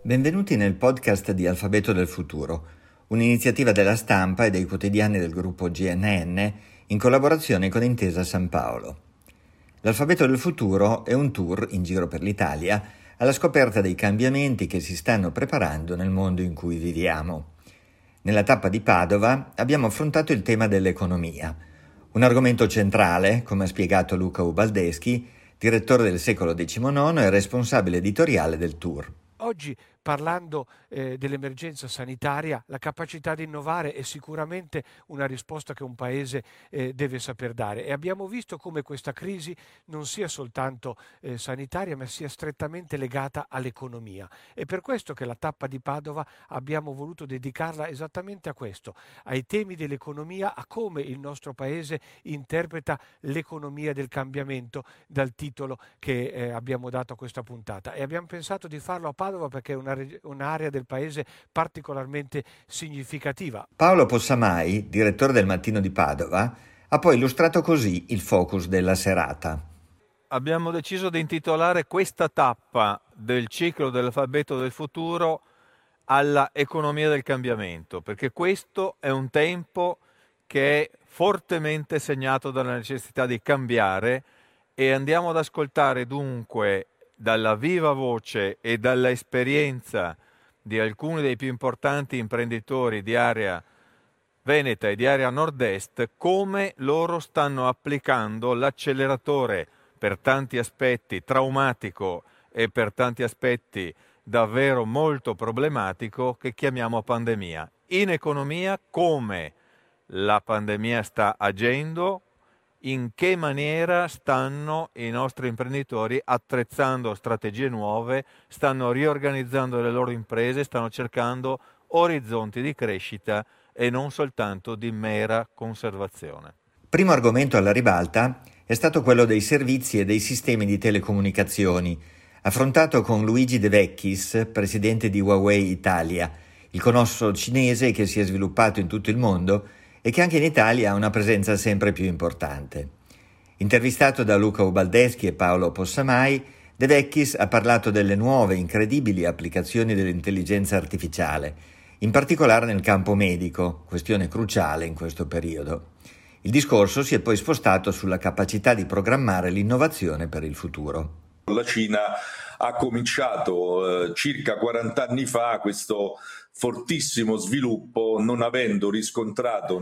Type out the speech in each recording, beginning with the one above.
Benvenuti nel podcast di Alfabeto del Futuro, un'iniziativa della Stampa e dei quotidiani del gruppo GNN in collaborazione con Intesa San Paolo. L'Alfabeto del Futuro è un tour in giro per l'Italia alla scoperta dei cambiamenti che si stanno preparando nel mondo in cui viviamo. Nella tappa di Padova abbiamo affrontato il tema dell'economia, un argomento centrale, come ha spiegato Luca Ubaldeschi, direttore del Secolo XIX e responsabile editoriale del tour. Oggi, parlando dell'emergenza sanitaria, la capacità di innovare è sicuramente una risposta che un paese deve saper dare, e abbiamo visto come questa crisi non sia soltanto sanitaria, ma sia strettamente legata all'economia. È per questo che la tappa di Padova abbiamo voluto dedicarla esattamente a questo, ai temi dell'economia, a come il nostro paese interpreta l'economia del cambiamento, dal titolo che abbiamo dato a questa puntata. E abbiamo pensato di farlo a Padova perché è un'area del paese particolarmente significativa. Paolo Possamai, direttore del Mattino di Padova, ha poi illustrato così il focus della serata. Abbiamo deciso di intitolare questa tappa del ciclo dell'Alfabeto del Futuro alla economia del cambiamento, perché questo è un tempo che è fortemente segnato dalla necessità di cambiare, e andiamo ad ascoltare dunque dalla viva voce e dalla esperienza di alcuni dei più importanti imprenditori di area veneta e di area nord-est come loro stanno applicando l'acceleratore, per tanti aspetti traumatico e per tanti aspetti davvero molto problematico, che chiamiamo pandemia. In economia, come la pandemia sta agendo, in che maniera stanno i nostri imprenditori attrezzando strategie nuove, stanno riorganizzando le loro imprese, stanno cercando orizzonti di crescita e non soltanto di mera conservazione. Primo argomento alla ribalta è stato quello dei servizi e dei sistemi di telecomunicazioni, affrontato con Luigi De Vecchis, presidente di Huawei Italia, il colosso cinese che si è sviluppato in tutto il mondo e che anche in Italia ha una presenza sempre più importante. Intervistato da Luca Ubaldeschi e Paolo Possamai, De Vecchis ha parlato delle nuove incredibili applicazioni dell'intelligenza artificiale, in particolare nel campo medico, questione cruciale in questo periodo. Il discorso si è poi spostato sulla capacità di programmare l'innovazione per il futuro. La Cina ha cominciato circa 40 anni fa questo fortissimo sviluppo, non avendo riscontrato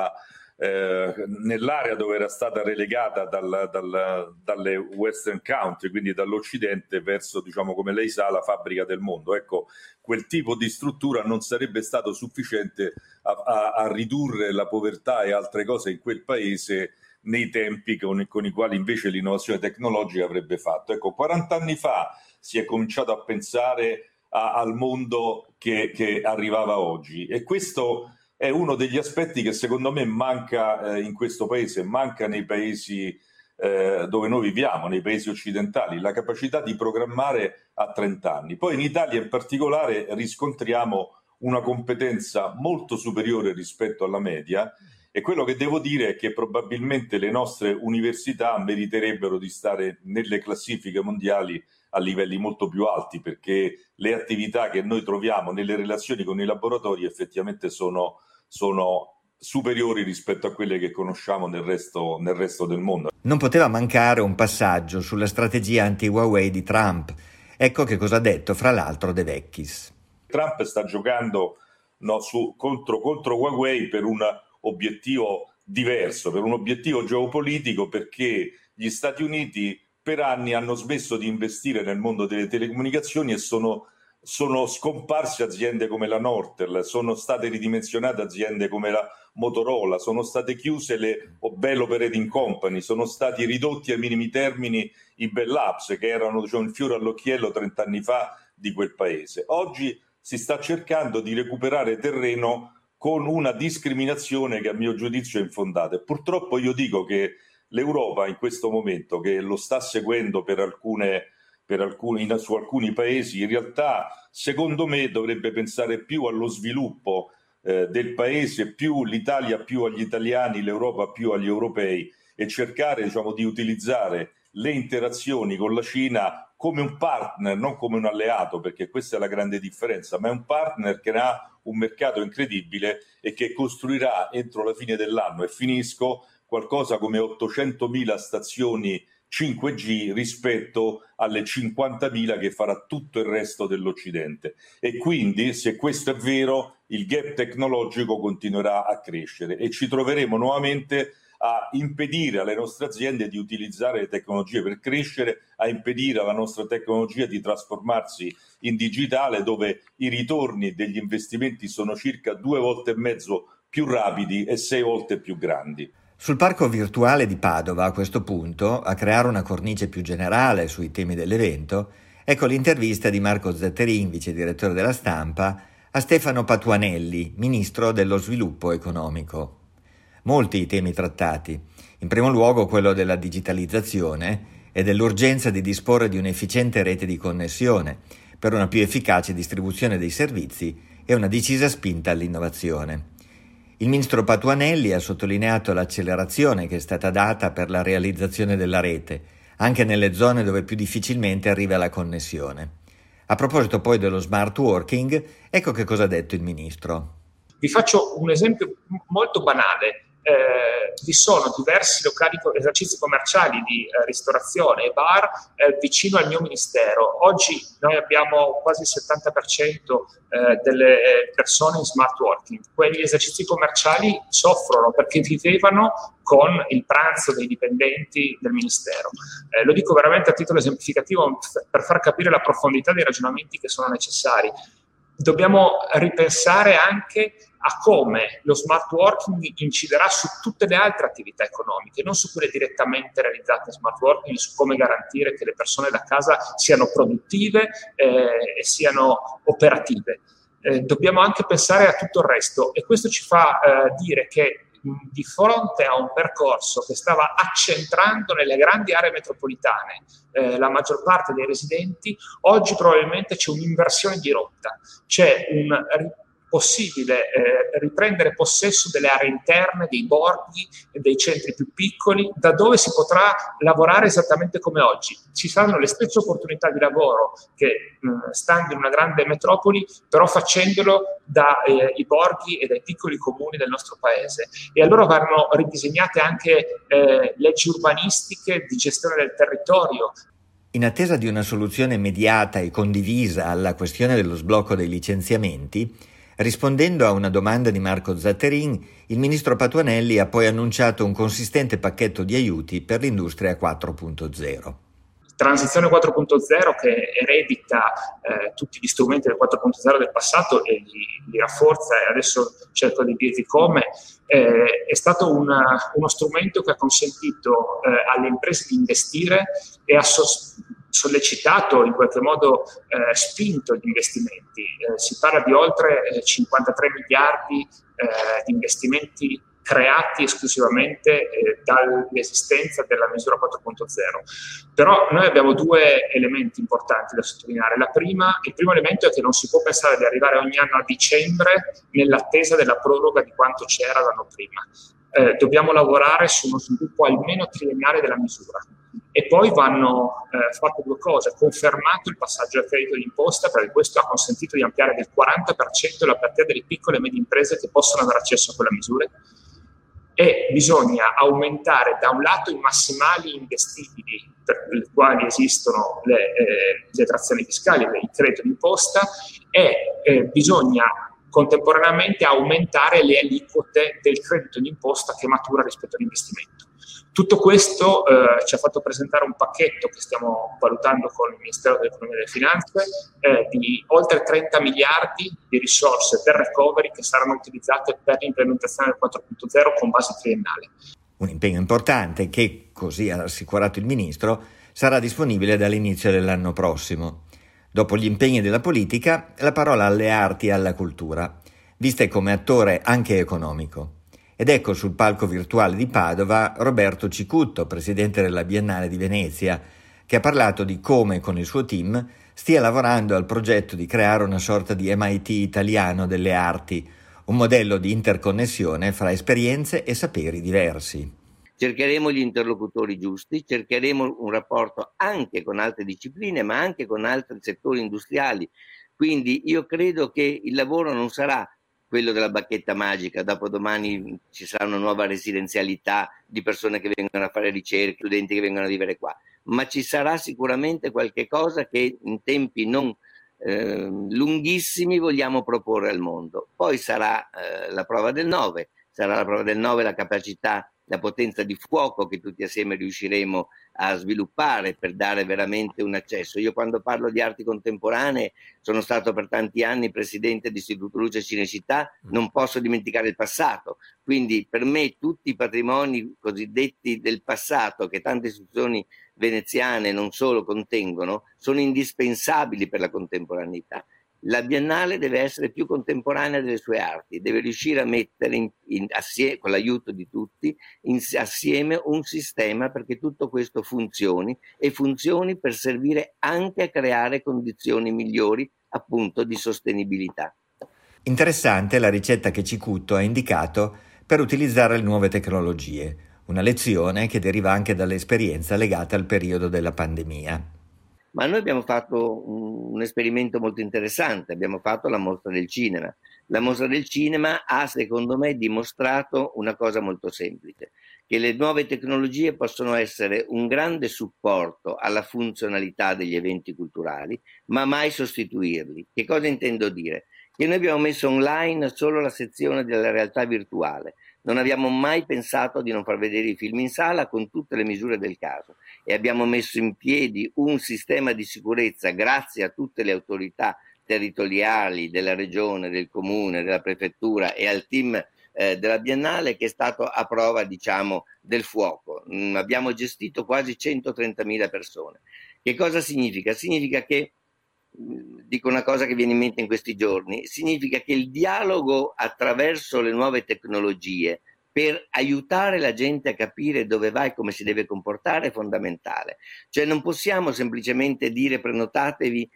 nell'area dove era stata relegata dalle Western country, quindi dall'Occidente, verso, diciamo, come lei sa, la fabbrica del mondo. Ecco, quel tipo di struttura non sarebbe stato sufficiente a ridurre la povertà e altre cose in quel paese nei tempi con i quali invece l'innovazione tecnologica avrebbe fatto. Ecco, 40 anni fa si è cominciato a pensare al mondo che arrivava oggi, e questo è uno degli aspetti che secondo me manca in questo paese, manca nei paesi dove noi viviamo, nei paesi occidentali, la capacità di programmare a 30 anni. Poi in Italia in particolare riscontriamo una competenza molto superiore rispetto alla media, e quello che devo dire è che probabilmente le nostre università meriterebbero di stare nelle classifiche mondiali a livelli molto più alti, perché le attività che noi troviamo nelle relazioni con i laboratori effettivamente sono superiori rispetto a quelle che conosciamo nel resto del mondo. Non poteva mancare un passaggio sulla strategia anti-Huawei di Trump. Ecco che cosa ha detto, fra l'altro, De Vecchis. Trump sta giocando contro Huawei per un obiettivo diverso, per un obiettivo geopolitico, perché gli Stati Uniti per anni hanno smesso di investire nel mondo delle telecomunicazioni e sono scomparse aziende come la Nortel, sono state ridimensionate aziende come la Motorola, sono state chiuse le Bell Operating Company, sono stati ridotti ai minimi termini i Bell Labs, che erano, diciamo, il fiore all'occhiello 30 anni fa di quel paese. Oggi si sta cercando di recuperare terreno con una discriminazione che a mio giudizio è infondata. E purtroppo io dico che l'Europa in questo momento, che lo sta seguendo su alcuni paesi, in realtà secondo me dovrebbe pensare più allo sviluppo del paese, più l'Italia più agli italiani, l'Europa più agli europei, e cercare, diciamo, di utilizzare le interazioni con la Cina come un partner, non come un alleato, perché questa è la grande differenza, ma è un partner che ha un mercato incredibile e che costruirà entro la fine dell'anno, e finisco, qualcosa come 800.000 stazioni 5G rispetto alle 50.000 che farà tutto il resto dell'Occidente. E quindi, se questo è vero, il gap tecnologico continuerà a crescere e ci troveremo nuovamente a impedire alle nostre aziende di utilizzare le tecnologie per crescere, a impedire alla nostra tecnologia di trasformarsi in digitale, dove i ritorni degli investimenti sono circa 2,5 volte più rapidi e 6 volte più grandi. Sul parco virtuale di Padova, a questo punto, a creare una cornice più generale sui temi dell'evento, ecco l'intervista di Marco Zatterin, vice direttore della Stampa, a Stefano Patuanelli, ministro dello sviluppo economico. Molti i temi trattati, in primo luogo quello della digitalizzazione e dell'urgenza di disporre di un'efficiente rete di connessione per una più efficace distribuzione dei servizi e una decisa spinta all'innovazione. Il ministro Patuanelli ha sottolineato l'accelerazione che è stata data per la realizzazione della rete, anche nelle zone dove più difficilmente arriva la connessione. A proposito poi dello smart working, ecco che cosa ha detto il ministro. Vi faccio un esempio molto banale. Vi sono diversi locali, esercizi commerciali di ristorazione e bar vicino al mio ministero. Oggi noi abbiamo quasi il 70% delle persone in smart working. Quegli esercizi commerciali soffrono perché vivevano con il pranzo dei dipendenti del ministero. Lo dico veramente a titolo esemplificativo per far capire la profondità dei ragionamenti che sono necessari. Dobbiamo ripensare anche a come lo smart working inciderà su tutte le altre attività economiche, non su quelle direttamente realizzate in smart working, su come garantire che le persone da casa siano produttive e siano operative. Dobbiamo anche pensare a tutto il resto, e questo ci fa dire che di fronte a un percorso che stava accentrando nelle grandi aree metropolitane la maggior parte dei residenti, oggi probabilmente c'è un'inversione di rotta, c'è un possibile riprendere possesso delle aree interne, dei borghi, dei centri più piccoli, da dove si potrà lavorare esattamente come oggi. Ci saranno le stesse opportunità di lavoro che stando in una grande metropoli, però facendolo dai borghi e dai piccoli comuni del nostro paese. E allora vanno ridisegnate anche leggi urbanistiche di gestione del territorio. In attesa di una soluzione immediata e condivisa alla questione dello sblocco dei licenziamenti, rispondendo a una domanda di Marco Zatterin, il ministro Patuanelli ha poi annunciato un consistente pacchetto di aiuti per l'industria 4.0. Transizione 4.0 che eredita tutti gli strumenti del 4.0 del passato e li rafforza, e adesso cerco di dirvi come. È stato uno strumento che ha consentito alle imprese di investire e ha sollecitato, in qualche modo spinto gli investimenti. Si parla di oltre 53 miliardi di investimenti creati esclusivamente dall'esistenza della misura 4.0. Però noi abbiamo due elementi importanti da sottolineare. Il primo elemento è che non si può pensare di arrivare ogni anno a dicembre nell'attesa della proroga di quanto c'era l'anno prima. Dobbiamo lavorare su uno sviluppo almeno triennale della misura. E poi vanno fatte due cose: confermato il passaggio al credito d'imposta, perché questo ha consentito di ampliare del 40% la platea delle piccole e medie imprese che possono avere accesso a quella misura, e bisogna aumentare da un lato i massimali investibili per i quali esistono le detrazioni fiscali, il credito d'imposta, e bisogna contemporaneamente aumentare le aliquote del credito d'imposta che matura rispetto all'investimento. Tutto questo ci ha fatto presentare un pacchetto che stiamo valutando con il Ministero dell'Economia e delle Finanze di oltre 30 miliardi di risorse per recovery che saranno utilizzate per l'implementazione del 4.0 con base triennale. Un impegno importante che, così ha assicurato il Ministro, sarà disponibile dall'inizio dell'anno prossimo. Dopo gli impegni della politica, la parola alle arti e alla cultura, viste come attore anche economico. Ed ecco sul palco virtuale di Padova Roberto Cicutto, presidente della Biennale di Venezia, che ha parlato di come con il suo team stia lavorando al progetto di creare una sorta di MIT italiano delle arti, un modello di interconnessione fra esperienze e saperi diversi. cercheremo gli interlocutori giusti, cercheremo un rapporto anche con altre discipline, ma anche con altri settori industriali. Quindi io credo che il lavoro non sarà quello della bacchetta magica, dopodomani ci sarà una nuova residenzialità di persone che vengono a fare ricerche, studenti che vengono a vivere qua, ma ci sarà sicuramente qualche cosa che in tempi non lunghissimi vogliamo proporre al mondo. Poi sarà la prova del 9, sarà la prova del 9 la capacità, la potenza di fuoco che tutti assieme riusciremo a sviluppare per dare veramente un accesso. Io quando parlo di arti contemporanee sono stato per tanti anni presidente dell'Istituto Luce e Cinecittà, non posso dimenticare il passato, quindi per me tutti i patrimoni cosiddetti del passato che tante istituzioni veneziane non solo contengono sono indispensabili per la contemporaneità. La Biennale deve essere più contemporanea delle sue arti, deve riuscire a mettere assieme, con l'aiuto di tutti, assieme un sistema perché tutto questo funzioni e funzioni per servire anche a creare condizioni migliori appunto di sostenibilità. Interessante la ricetta che Cicutto ha indicato per utilizzare le nuove tecnologie, una lezione che deriva anche dall'esperienza legata al periodo della pandemia. Ma noi abbiamo fatto un esperimento molto interessante, abbiamo fatto la mostra del cinema. La mostra del cinema ha, secondo me, dimostrato una cosa molto semplice, che le nuove tecnologie possono essere un grande supporto alla funzionalità degli eventi culturali, ma mai sostituirli. Che cosa intendo dire? Che noi abbiamo messo online solo la sezione della realtà virtuale. Non abbiamo mai pensato di non far vedere i film in sala con tutte le misure del caso e abbiamo messo in piedi un sistema di sicurezza grazie a tutte le autorità territoriali della regione, del comune, della prefettura e al team della Biennale che è stato a prova, diciamo, del fuoco. Abbiamo gestito quasi 130.000 persone. Che cosa significa? Significa che, dico una cosa che viene in mente in questi giorni, significa che il dialogo attraverso le nuove tecnologie per aiutare la gente a capire dove va e come si deve comportare è fondamentale. Cioè non possiamo semplicemente dire prenotatevi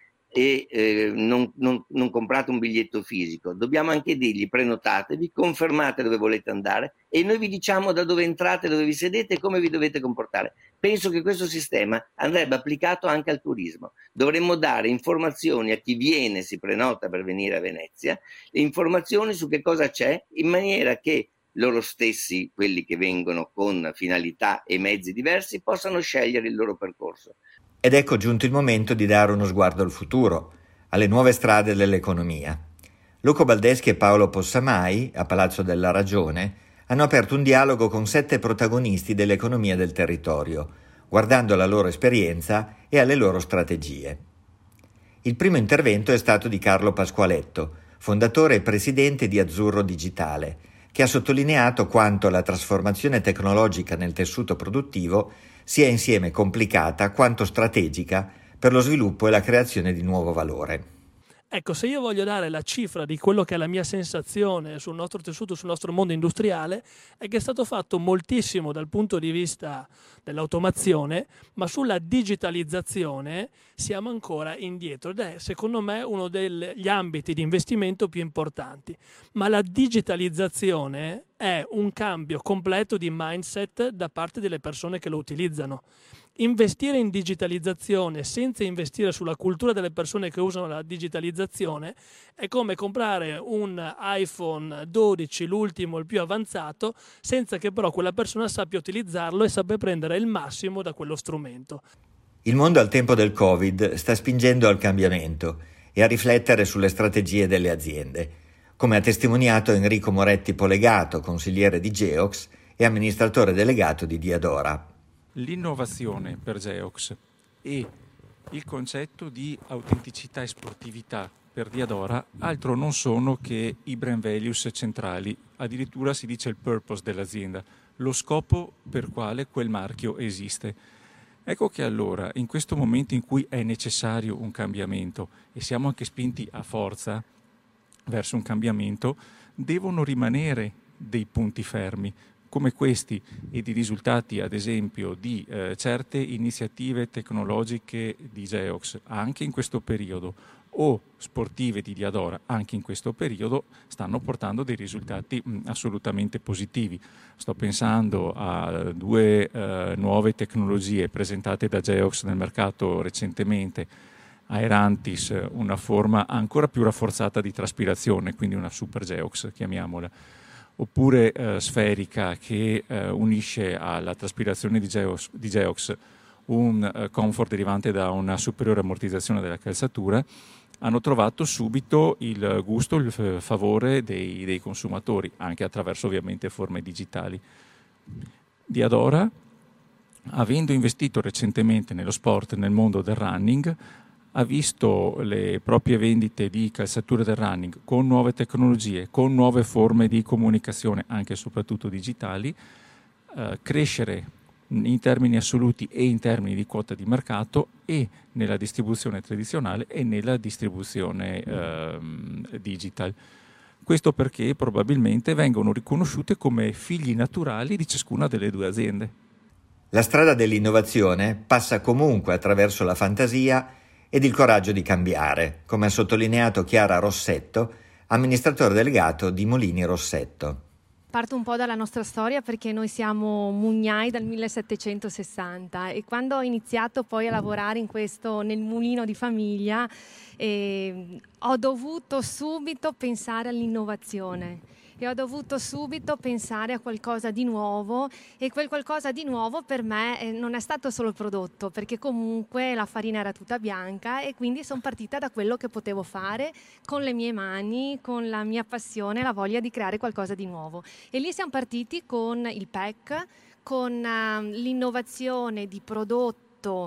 e non comprate un biglietto fisico, dobbiamo anche dirgli prenotatevi, confermate dove volete andare e noi vi diciamo da dove entrate, dove vi sedete e come vi dovete comportare. Penso che questo sistema andrebbe applicato anche al turismo. Dovremmo dare informazioni a chi viene, si prenota per venire a Venezia, informazioni su che cosa c'è, in maniera che loro stessi, quelli che vengono con finalità e mezzi diversi, possano scegliere il loro percorso. Ed ecco giunto il momento di dare uno sguardo al futuro, alle nuove strade dell'economia. Luco Baldeschi e Paolo Possamai, a Palazzo della Ragione, hanno aperto un dialogo con 7 protagonisti dell'economia del territorio, guardando alla loro esperienza e alle loro strategie. Il primo intervento è stato di Carlo Pasqualetto, fondatore e presidente di Azzurro Digitale, che ha sottolineato quanto la trasformazione tecnologica nel tessuto produttivo sia insieme complicata quanto strategica per lo sviluppo e la creazione di nuovo valore. Ecco, se io voglio dare la cifra di quello che è la mia sensazione sul nostro tessuto, sul nostro mondo industriale, è che è stato fatto moltissimo dal punto di vista dell'automazione, ma sulla digitalizzazione siamo ancora indietro ed è, secondo me, uno degli ambiti di investimento più importanti. Ma la digitalizzazione è un cambio completo di mindset da parte delle persone che lo utilizzano. Investire in digitalizzazione senza investire sulla cultura delle persone che usano la digitalizzazione è come comprare un iPhone 12, l'ultimo, il più avanzato, senza che però quella persona sappia utilizzarlo e sappia prendere il massimo da quello strumento. Il mondo al tempo del Covid sta spingendo al cambiamento e a riflettere sulle strategie delle aziende, come ha testimoniato Enrico Moretti Polegato, consigliere di Geox e amministratore delegato di Diadora. L'innovazione per Geox e il concetto di autenticità e sportività per Diadora altro non sono che i brand values centrali, addirittura si dice il purpose dell'azienda, lo scopo per quale quel marchio esiste. Ecco che allora, in questo momento in cui è necessario un cambiamento e siamo anche spinti a forza verso un cambiamento, devono rimanere dei punti fermi, come questi ed i risultati ad esempio di certe iniziative tecnologiche di Geox anche in questo periodo o sportive di Diadora anche in questo periodo stanno portando dei risultati assolutamente positivi. Sto pensando a due nuove tecnologie presentate da Geox nel mercato recentemente, Aerantis, una forma ancora più rafforzata di traspirazione, quindi una Super Geox chiamiamola, oppure Sferica, che unisce alla traspirazione di Geox un comfort derivante da una superiore ammortizzazione della calzatura, hanno trovato subito il gusto, il favore dei consumatori, anche attraverso ovviamente forme digitali. Diadora, avendo investito recentemente nello sport, nel mondo del running, ha visto le proprie vendite di calzature del running con nuove tecnologie, con nuove forme di comunicazione, anche e soprattutto digitali, crescere in termini assoluti e in termini di quota di mercato, e nella distribuzione tradizionale e nella distribuzione digital. Questo perché probabilmente vengono riconosciute come figli naturali di ciascuna delle due aziende. La strada dell'innovazione passa comunque attraverso la fantasia ed il coraggio di cambiare, come ha sottolineato Chiara Rossetto, amministratore delegato di Molini Rossetto. Parto un po' dalla nostra storia, perché noi siamo mugnai dal 1760 e quando ho iniziato poi a lavorare nel mulino di famiglia ho dovuto subito pensare all'innovazione e ho dovuto subito pensare a qualcosa di nuovo, e quel qualcosa di nuovo per me non è stato solo il prodotto, perché comunque la farina era tutta bianca e quindi sono partita da quello che potevo fare con le mie mani, con la mia passione, la voglia di creare qualcosa di nuovo. E lì siamo partiti con il PEC, con l'innovazione di prodotto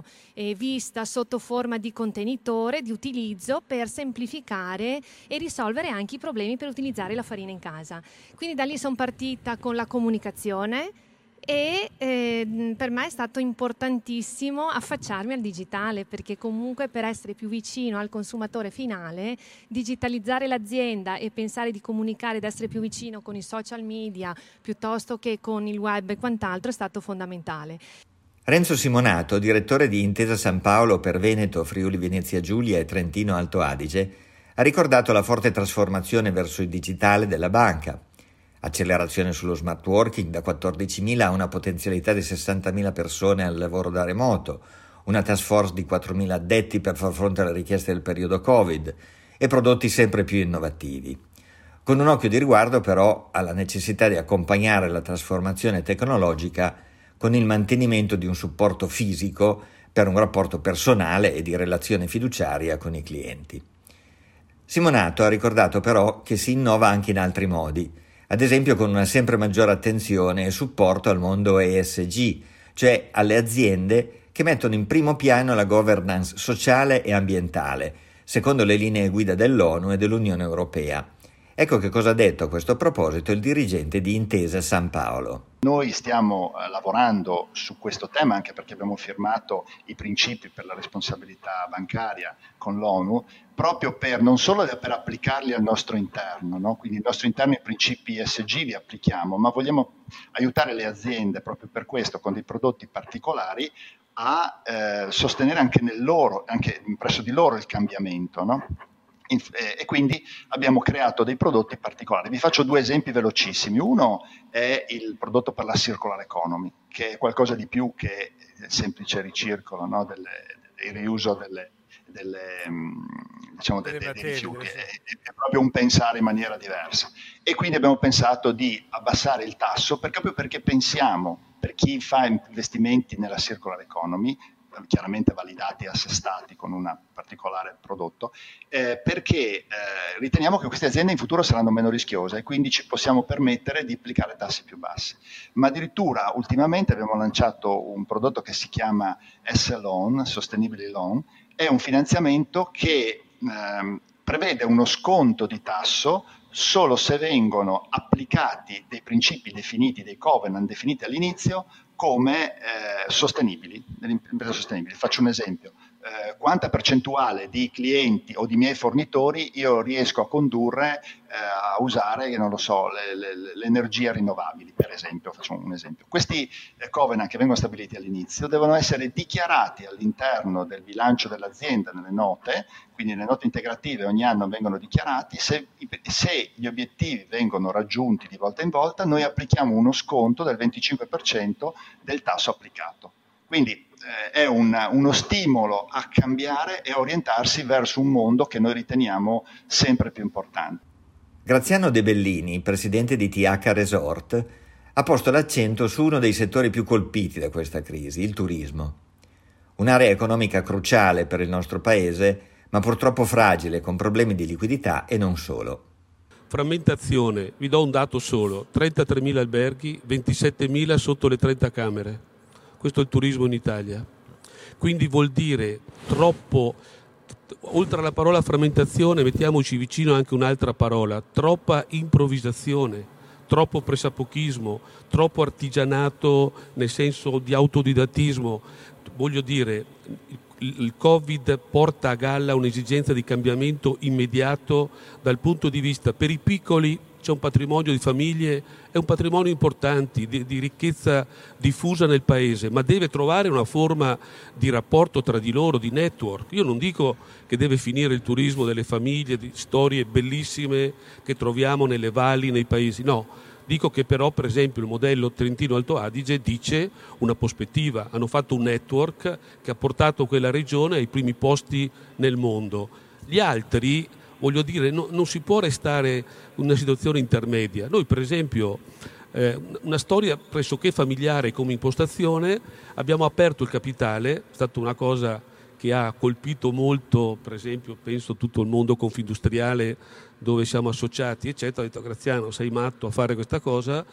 vista sotto forma di contenitore di utilizzo per semplificare e risolvere anche i problemi per utilizzare la farina in casa. Quindi da lì sono partita con la comunicazione e per me è stato importantissimo affacciarmi al digitale, perché comunque per essere più vicino al consumatore finale, digitalizzare l'azienda e pensare di comunicare ed essere più vicino con i social media piuttosto che con il web e quant'altro è stato fondamentale. Renzo Simonato, direttore di Intesa San Paolo per Veneto, Friuli Venezia Giulia e Trentino Alto Adige, ha ricordato la forte trasformazione verso il digitale della banca. Accelerazione sullo smart working da 14.000 a una potenzialità di 60.000 persone al lavoro da remoto, una task force di 4.000 addetti per far fronte alle richieste del periodo Covid e prodotti sempre più innovativi. Con un occhio di riguardo però alla necessità di accompagnare la trasformazione tecnologica con il mantenimento di un supporto fisico per un rapporto personale e di relazione fiduciaria con i clienti. Simonato ha ricordato però che si innova anche in altri modi, ad esempio con una sempre maggiore attenzione e supporto al mondo ESG, cioè alle aziende che mettono in primo piano la governance sociale e ambientale, secondo le linee guida dell'ONU e dell'Unione Europea. Ecco che cosa ha detto a questo proposito il dirigente di Intesa San Paolo. Noi stiamo lavorando su questo tema anche perché abbiamo firmato i principi per la responsabilità bancaria con l'ONU, proprio per non solo per applicarli al nostro interno, no? Quindi al nostro interno i principi ESG li applichiamo, ma vogliamo aiutare le aziende proprio per questo, con dei prodotti particolari, a sostenere anche presso di loro il cambiamento, no? E quindi abbiamo creato dei prodotti particolari. Vi faccio due esempi velocissimi. Uno è il prodotto per la circular economy, che è qualcosa di più che il semplice ricircolo, no? Il riuso dei rifiuti. È proprio un pensare in maniera diversa. E quindi abbiamo pensato di abbassare il tasso proprio perché pensiamo, per chi fa investimenti nella circular economy, chiaramente validati e assestati con un particolare prodotto, perché riteniamo che queste aziende in futuro saranno meno rischiose e quindi ci possiamo permettere di applicare tassi più bassi. Ma addirittura ultimamente abbiamo lanciato un prodotto che si chiama S-Loan, Sustainability Loan, è un finanziamento che prevede uno sconto di tasso solo se vengono applicati dei principi definiti, dei covenant definiti all'inizio come sostenibili, delle imprese sostenibili. Faccio un esempio. quanta percentuale di clienti o di miei fornitori io riesco a condurre a usare, non lo so, le energie rinnovabili, per esempio, facciamo un esempio. Questi covenant che vengono stabiliti all'inizio devono essere dichiarati all'interno del bilancio dell'azienda nelle note, quindi le note integrative ogni anno vengono dichiarati. Se gli obiettivi vengono raggiunti di volta in volta, noi applichiamo uno sconto del 25% del tasso applicato. Quindi è uno stimolo a cambiare e a orientarsi verso un mondo che noi riteniamo sempre più importante. Graziano De Bellini, presidente di TH Resort, ha posto l'accento su uno dei settori più colpiti da questa crisi, il turismo. Un'area economica cruciale per il nostro paese, ma purtroppo fragile, con problemi di liquidità e non solo. Frammentazione, vi do un dato solo, 33.000 alberghi, 27.000 sotto le 30 camere. Questo è il turismo in Italia. Quindi vuol dire troppo, oltre alla parola frammentazione, mettiamoci vicino anche un'altra parola, troppa improvvisazione, troppo pressapochismo, troppo artigianato nel senso di autodidattismo. Voglio dire, il Covid porta a galla un'esigenza di cambiamento immediato dal punto di vista per i piccoli. C'è un patrimonio di famiglie, è un patrimonio importante, di ricchezza diffusa nel paese, ma deve trovare una forma di rapporto tra di loro, di network. Io non dico che deve finire il turismo delle famiglie, di storie bellissime che troviamo nelle valli, nei paesi, no. Dico che però, per esempio, il modello Trentino-Alto Adige dice una prospettiva. Hanno fatto un network che ha portato quella regione ai primi posti nel mondo. Gli altri, voglio dire, non si può restare in una situazione intermedia. Noi, per esempio, una storia pressoché familiare come impostazione, abbiamo aperto il capitale, è stata una cosa che ha colpito molto, per esempio, penso tutto il mondo confindustriale dove siamo associati, eccetera. Ho detto: Graziano, sei matto a fare questa cosa?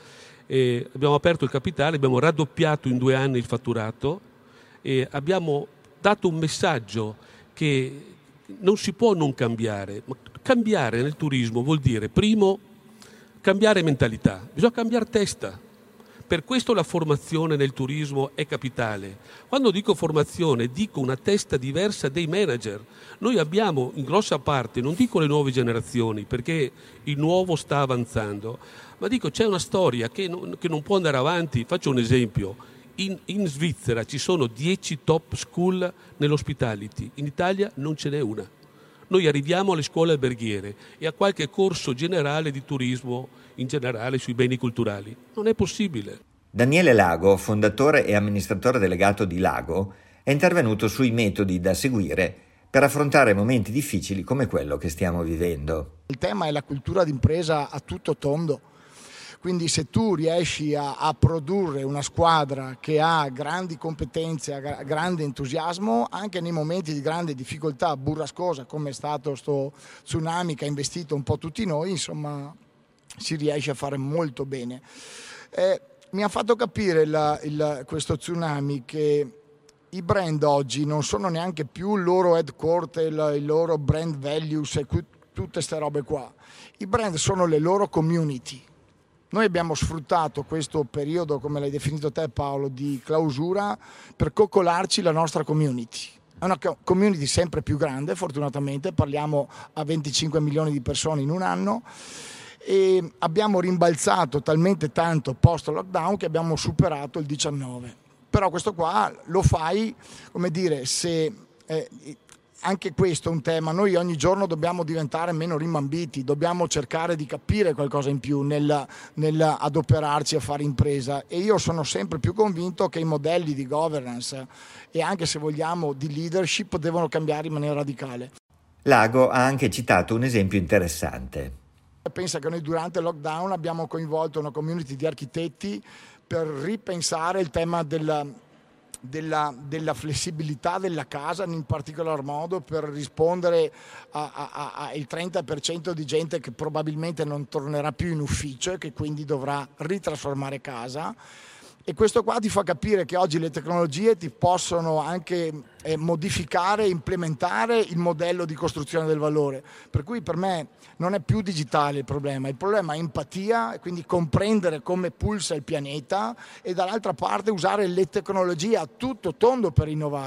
E abbiamo aperto il capitale, abbiamo raddoppiato in 2 anni il fatturato e abbiamo dato un messaggio che non si può non cambiare. Ma cambiare nel turismo vuol dire, primo, cambiare mentalità, bisogna cambiare testa. Per questo la formazione nel turismo è capitale. Quando dico formazione, dico una testa diversa dei manager. Noi abbiamo in grossa parte, non dico le nuove generazioni, perché il nuovo sta avanzando, ma dico c'è una storia che non può andare avanti. Faccio un esempio. In Svizzera ci sono 10 top school nell'hospitality, in Italia non ce n'è una. Noi arriviamo alle scuole alberghiere e a qualche corso generale di turismo in generale sui beni culturali. Non è possibile. Daniele Lago, fondatore e amministratore delegato di Lago, è intervenuto sui metodi da seguire per affrontare momenti difficili come quello che stiamo vivendo. Il tema è la cultura d'impresa a tutto tondo. Quindi se tu riesci a produrre una squadra che ha grandi competenze, ha grande entusiasmo, anche nei momenti di grande difficoltà burrascosa come è stato sto tsunami che ha investito un po' tutti noi, insomma si riesce a fare molto bene. Mi ha fatto capire questo tsunami che i brand oggi non sono neanche più il loro headquarter, i loro brand values e tutte queste robe qua. I brand sono le loro community. Noi abbiamo sfruttato questo periodo, come l'hai definito te Paolo, di clausura per coccolarci la nostra community. È una community sempre più grande, fortunatamente, parliamo a 25 milioni di persone in un anno e abbiamo rimbalzato talmente tanto post-lockdown che abbiamo superato il 19. Però questo qua lo fai, come dire, se... Anche questo è un tema, noi ogni giorno dobbiamo diventare meno rimbambiti, dobbiamo cercare di capire qualcosa in più nel adoperarci a fare impresa e io sono sempre più convinto che i modelli di governance e anche se vogliamo di leadership devono cambiare in maniera radicale. Lago ha anche citato un esempio interessante. Pensa che noi durante il lockdown abbiamo coinvolto una community di architetti per ripensare il tema della flessibilità della casa, in particolar modo per rispondere al 30% di gente che probabilmente non tornerà più in ufficio e che quindi dovrà ritrasformare casa. E questo qua ti fa capire che oggi le tecnologie ti possono anche modificare, implementare il modello di costruzione del valore. Per cui per me non è più digitale il problema è empatia, quindi comprendere come pulsa il pianeta e dall'altra parte usare le tecnologie a tutto tondo per innovare.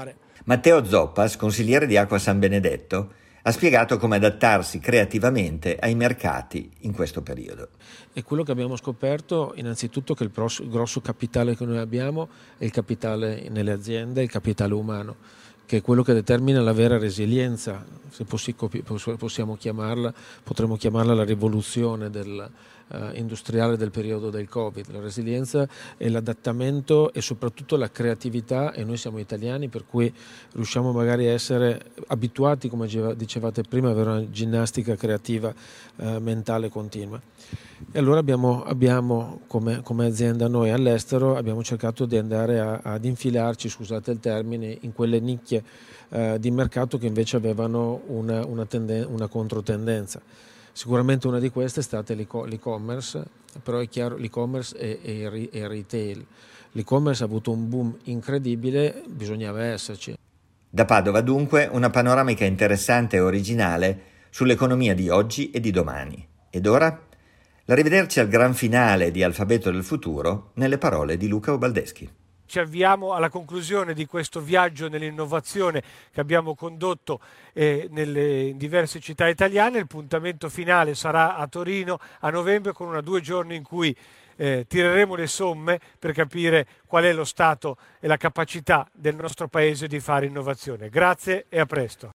Matteo Zoppas, consigliere di Acqua San Benedetto, ha spiegato come adattarsi creativamente ai mercati in questo periodo. E quello che abbiamo scoperto innanzitutto che il grosso capitale che noi abbiamo è il capitale nelle aziende, il capitale umano, che è quello che determina la vera resilienza, se potremmo chiamarla la rivoluzione industriale del periodo del Covid. La resilienza è l'adattamento e soprattutto la creatività, e noi siamo italiani per cui riusciamo magari a essere abituati, come dicevate prima, ad avere una ginnastica creativa mentale continua. E allora abbiamo come azienda noi all'estero abbiamo cercato di andare ad infilarci, scusate il termine, in quelle nicchie di mercato che invece avevano una controtendenza. Sicuramente una di queste è stata l'e-commerce, però è chiaro l'e-commerce e il retail. L'e-commerce ha avuto un boom incredibile, bisognava esserci. Da Padova dunque una panoramica interessante e originale sull'economia di oggi e di domani. Ed ora? L'arrivederci al gran finale di Alfabeto del Futuro nelle parole di Luca Ubaldeschi. Ci avviamo alla conclusione di questo viaggio nell'innovazione che abbiamo condotto nelle diverse città italiane. Il puntamento finale sarà a Torino a novembre, con 2 giorni in cui tireremo le somme per capire qual è lo stato e la capacità del nostro Paese di fare innovazione. Grazie e a presto.